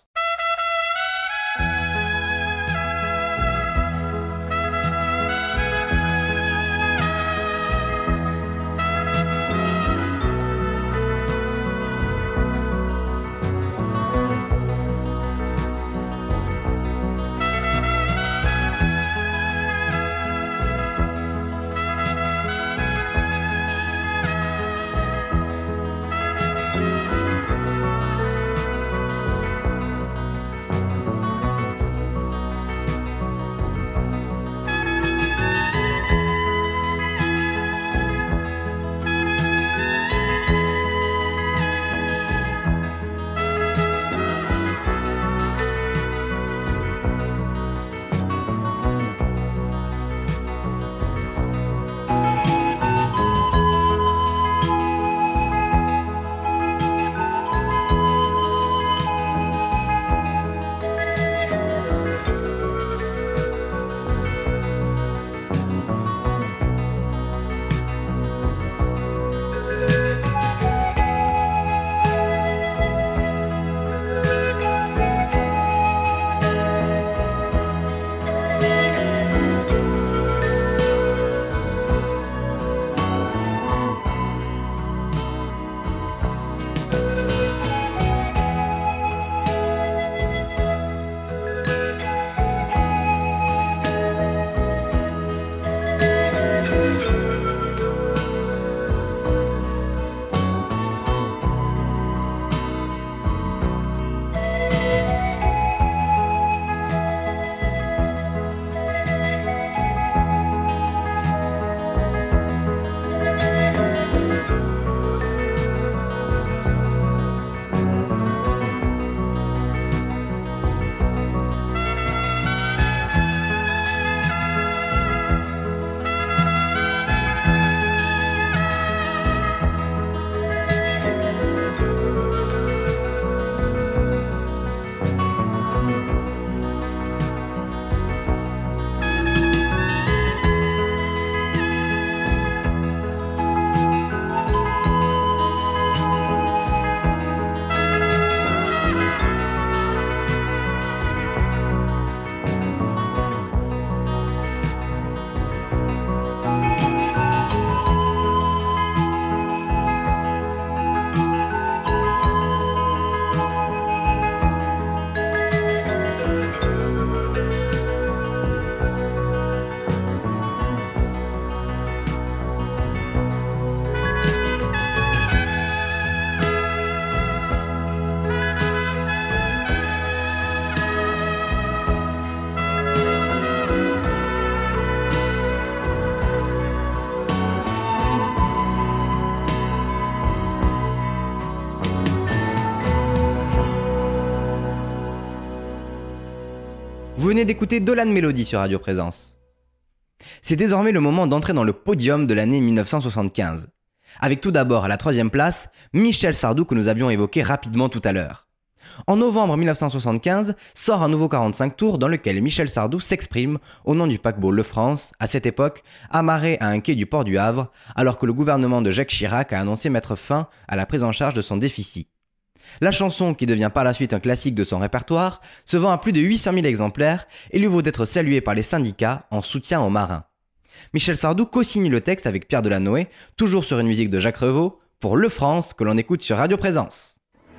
Vous venez d'écouter Dolan Melody sur Radio Présence. C'est désormais le moment d'entrer dans le podium de l'année dix-neuf cent soixante-quinze. Avec tout d'abord à la troisième place, Michel Sardou que nous avions évoqué rapidement tout à l'heure. En novembre dix-neuf cent soixante-quinze, sort un nouveau quarante-cinq tours dans lequel Michel Sardou s'exprime au nom du paquebot Le France, à cette époque amarré à un quai du port du Havre, alors que le gouvernement de Jacques Chirac a annoncé mettre fin à la prise en charge de son déficit. La chanson, qui devient par la suite un classique de son répertoire, se vend à plus de huit cent mille exemplaires et lui vaut d'être salué par les syndicats en soutien aux marins. Michel Sardou co-signe le texte avec Pierre Delanoë, toujours sur une musique de Jacques Revaux, pour Le France que l'on écoute sur Radio Présence.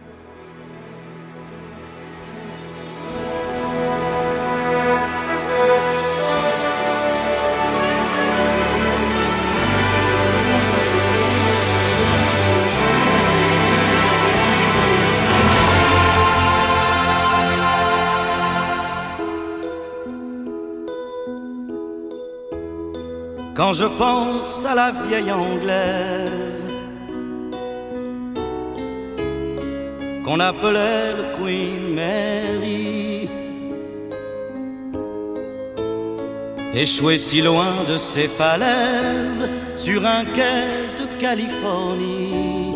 Quand je pense à la vieille anglaise qu'on appelait le Queen Mary, échouée si loin de ses falaises sur un quai de Californie.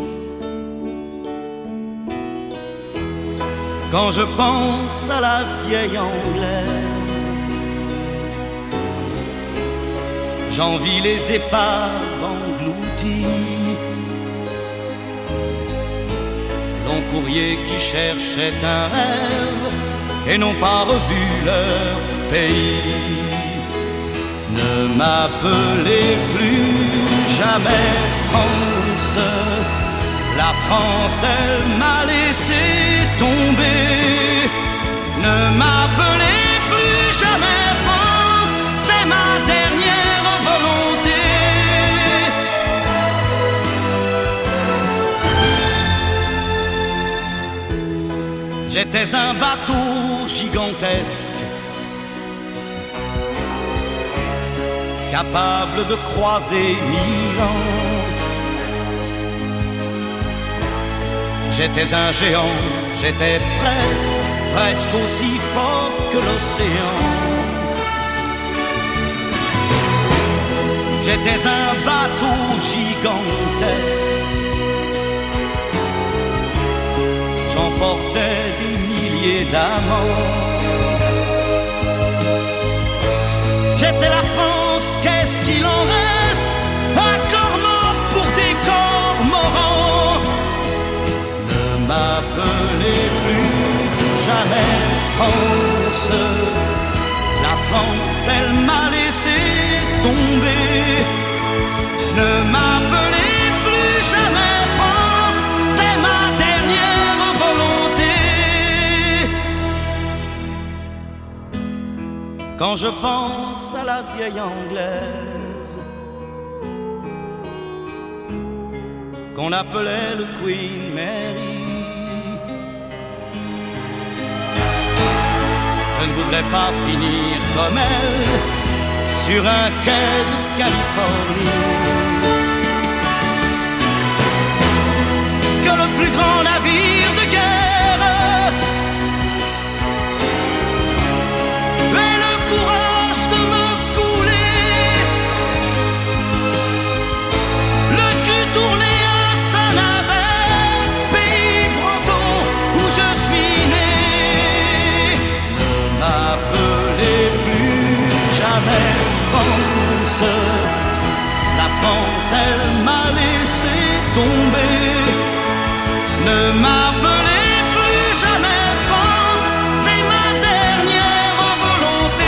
Quand je pense à la vieille anglaise, j'envie les épaves englouties, longs courriers qui cherchaient un rêve et n'ont pas revu leur pays. Ne m'appelez plus jamais France, la France elle m'a laissé tomber. Ne m'appelez plus jamais France, c'est ma dernière volonté. J'étais un bateau gigantesque, capable de croiser mille ans. J'étais un géant, j'étais presque, presque aussi fort que l'océan. J'étais un bateau gigantesque, j'emportais des milliers d'amants. J'étais la France, qu'est-ce qu'il en reste? Un corps mort pour des cormorans. Ne m'appelez plus jamais France, la France elle m'a laissé tomber. Ne m'appelez plus jamais France, c'est ma dernière volonté. Quand je pense à la vieille anglaise qu'on appelait le Queen Mary, je ne voudrais pas finir comme elle sur un quai de Californie. Que le plus grand navire de guerre ait le courage de me couler, le cul tourné à Saint-Nazaire, pays breton où je suis né. Ne m'appelez plus jamais France, la France elle m'a laissé tomber. Ne m'appelez plus jamais France, c'est ma dernière volonté.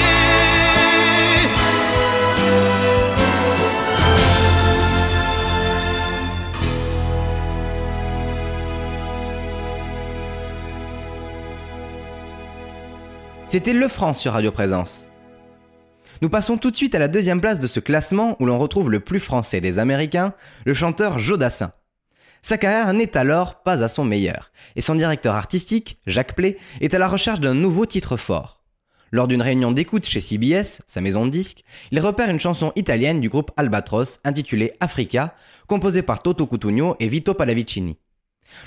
C'était Le France sur Radio Présence. Nous passons tout de suite à la deuxième place de ce classement où l'on retrouve le plus français des Américains, le chanteur Joe Dassin. Sa carrière n'est alors pas à son meilleur, et son directeur artistique, Jacques Play, est à la recherche d'un nouveau titre fort. Lors d'une réunion d'écoute chez C B S, sa maison de disques, il repère une chanson italienne du groupe Albatros intitulée Africa, composée par Toto Cutugno et Vito Pallavicini.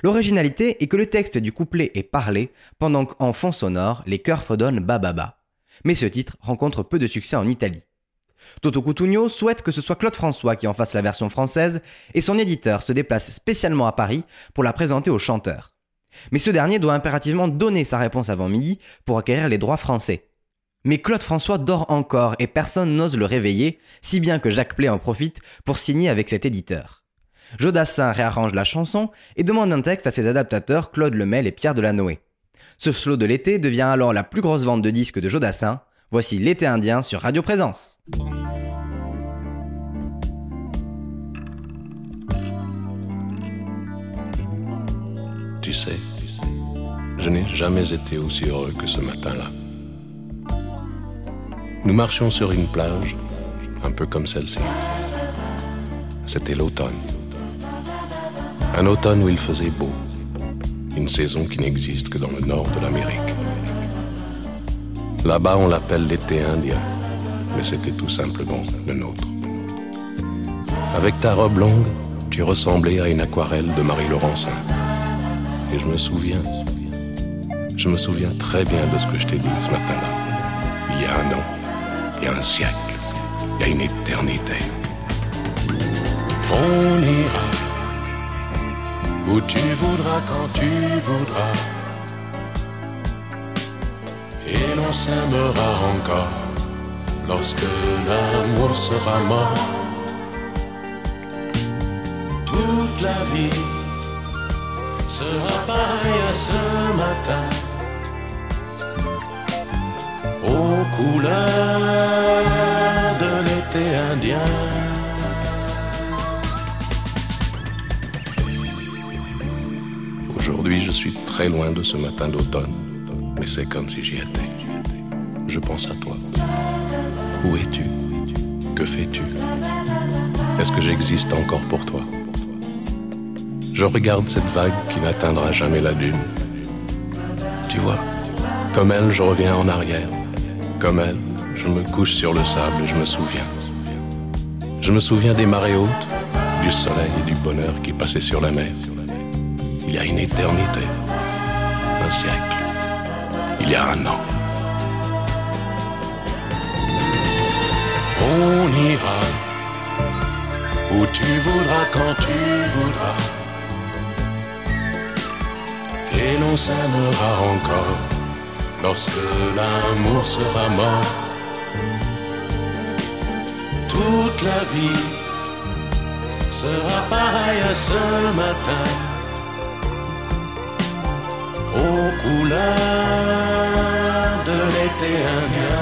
L'originalité est que le texte du couplet est parlé, pendant qu'en fond sonore, les chœurs fredonnent Bababa. Mais ce titre rencontre peu de succès en Italie. Toto Cutugno souhaite que ce soit Claude François qui en fasse la version française et son éditeur se déplace spécialement à Paris pour la présenter au chanteur. Mais ce dernier doit impérativement donner sa réponse avant midi pour acquérir les droits français. Mais Claude François dort encore et personne n'ose le réveiller, si bien que Jacques Play en profite pour signer avec cet éditeur. Jodassin réarrange la chanson et demande un texte à ses adaptateurs Claude Lemel et Pierre Delanoë. Ce slow de l'été devient alors la plus grosse vente de disques de Jodassin. Voici L'été indien sur Radio Présence. Tu sais, je n'ai jamais été aussi heureux que ce matin-là. Nous marchions sur une plage, un peu comme celle-ci. C'était l'automne. Un automne où il faisait beau. Une saison qui n'existe que dans le nord de l'Amérique. Là-bas, on l'appelle l'été indien, mais c'était tout simplement le nôtre. Avec ta robe longue, tu ressemblais à une aquarelle de Marie Laurencin. Et je me souviens, je me souviens très bien de ce que je t'ai dit ce matin-là. Il y a un an, il y a un siècle, il y a une éternité. On ira où tu voudras, quand tu voudras, et l'on s'aimera encore lorsque l'amour sera mort. Toute la vie sera pareil à ce matin, aux couleurs de l'été indien. Aujourd'hui, je suis très loin de ce matin d'automne, mais c'est comme si j'y étais. Je pense à toi. Où es-tu? Que fais-tu? Est-ce que j'existe encore pour toi? Je regarde cette vague qui n'atteindra jamais la dune. Tu vois, comme elle, je reviens en arrière. Comme elle, je me couche sur le sable et je me souviens. Je me souviens des marées hautes, du soleil et du bonheur qui passaient sur la mer. Il y a une éternité, un siècle, il y a un an. On ira où tu voudras, quand tu voudras, et l'on s'aimera encore lorsque l'amour sera mort. Toute la vie sera pareille à ce matin, aux couleurs de l'été indien.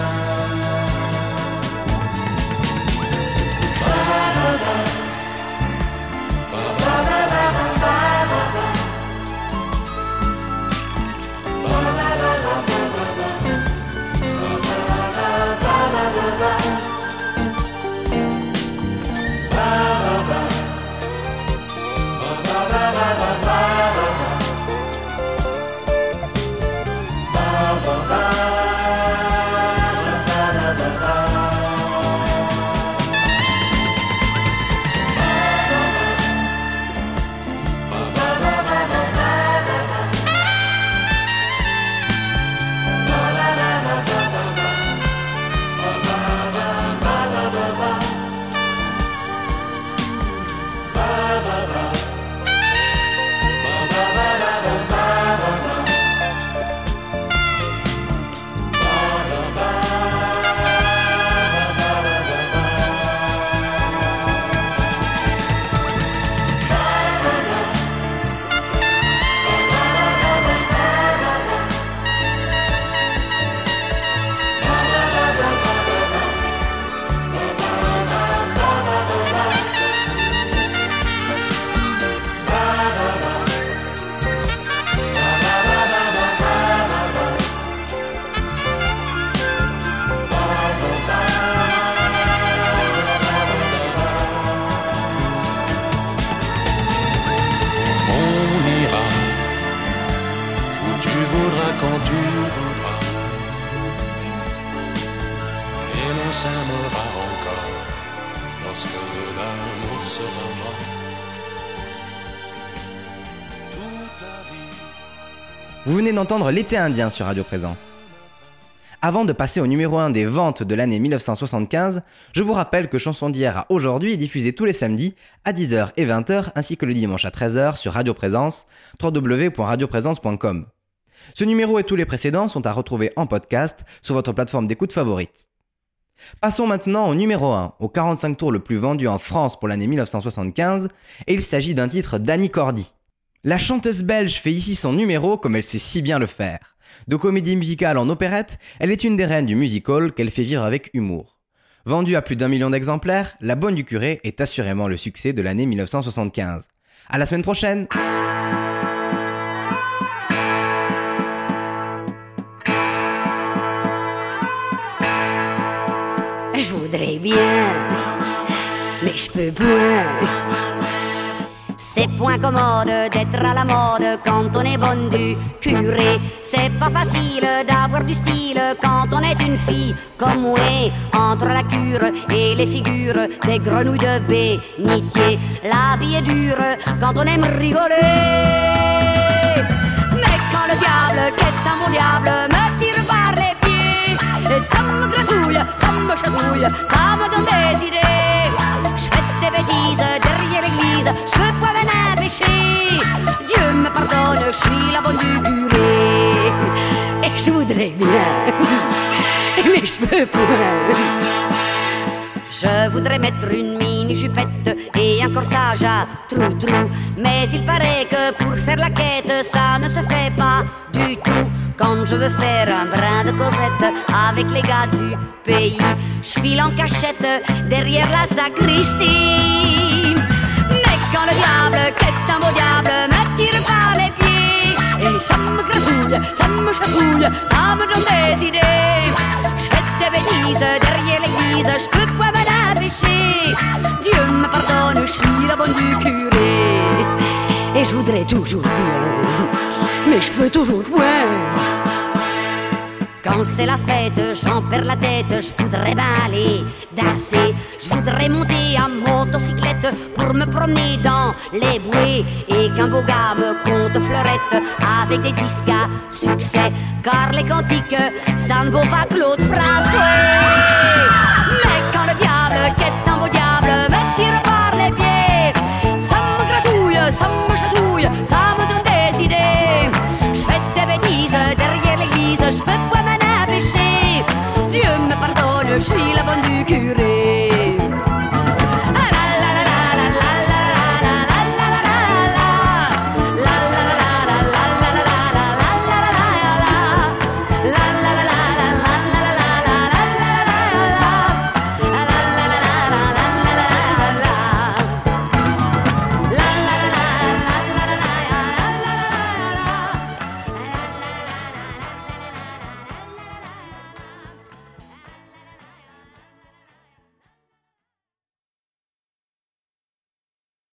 Vous venez d'entendre L'été indien sur Radio Présence. Avant de passer au numéro un des ventes de l'année mille neuf cent soixante-quinze, je vous rappelle que Chanson d'hier à aujourd'hui est diffusée tous les samedis à dix heures et vingt heures ainsi que le dimanche à treize heures sur Radio Présence, w w w point radio présence point com. Ce numéro et tous les précédents sont à retrouver en podcast sur votre plateforme d'écoute favorite. Passons maintenant au numéro un, au quarante-cinq tours le plus vendu en France pour l'année mille neuf cent soixante-quinze, et il s'agit d'un titre d'Annie Cordy. La chanteuse belge fait ici son numéro comme elle sait si bien le faire. De comédie musicale en opérette, elle est une des reines du music-hall qu'elle fait vivre avec humour. Vendue à plus d'un million d'exemplaires, La Bonne du Curé est assurément le succès de l'année mille neuf cent soixante-quinze. À la semaine prochaine! Je voudrais bien, mais je peux point. C'est point commode d'être à la mode quand on est bonne du curé. C'est pas facile d'avoir du style quand on est une fille comme moi. Entre la cure et les figures des grenouilles de bénitier, la vie est dure quand on aime rigoler. Mais quand le diable, qu'est un bon diable, me tire par les pieds, et ça me gratouille, ça me chatouille, ça me donne des idées. Je fais des bêtises derrière l'église, je peux pas m'en empêcher. Dieu me pardonne, je suis la bonne du curé. Et je voudrais bien, mais je peux pas. Je voudrais mettre une mini-jupette et un corsage à trou-trou. Mais il paraît que pour faire la quête, ça ne se fait pas du tout. Quand je veux faire un brin de Cosette avec les gars du pays, je file en cachette derrière la sacristie. Mais quand le diable, qu'est un beau diable, me tire par les pieds, et ça me gratouille, ça me chatouille, ça me donne des idées. Je fais des bêtises derrière l'église, je peux pas m'en empêcher. Dieu me pardonne, je suis la bonne du curé. Et je voudrais toujours bien, mais je peux toujours point. Quand c'est la fête, j'en perds la tête, je voudrais bien aller danser. Je voudrais monter à motocyclette pour me promener dans les bouées, et qu'un beau gars me conte fleurette avec des disques à succès, car les cantiques, ça ne vaut pas Claude Français. Mais quand le diable, qu'est un beau diable, me tire par les pieds, ça me gratouille, ça me chatouille,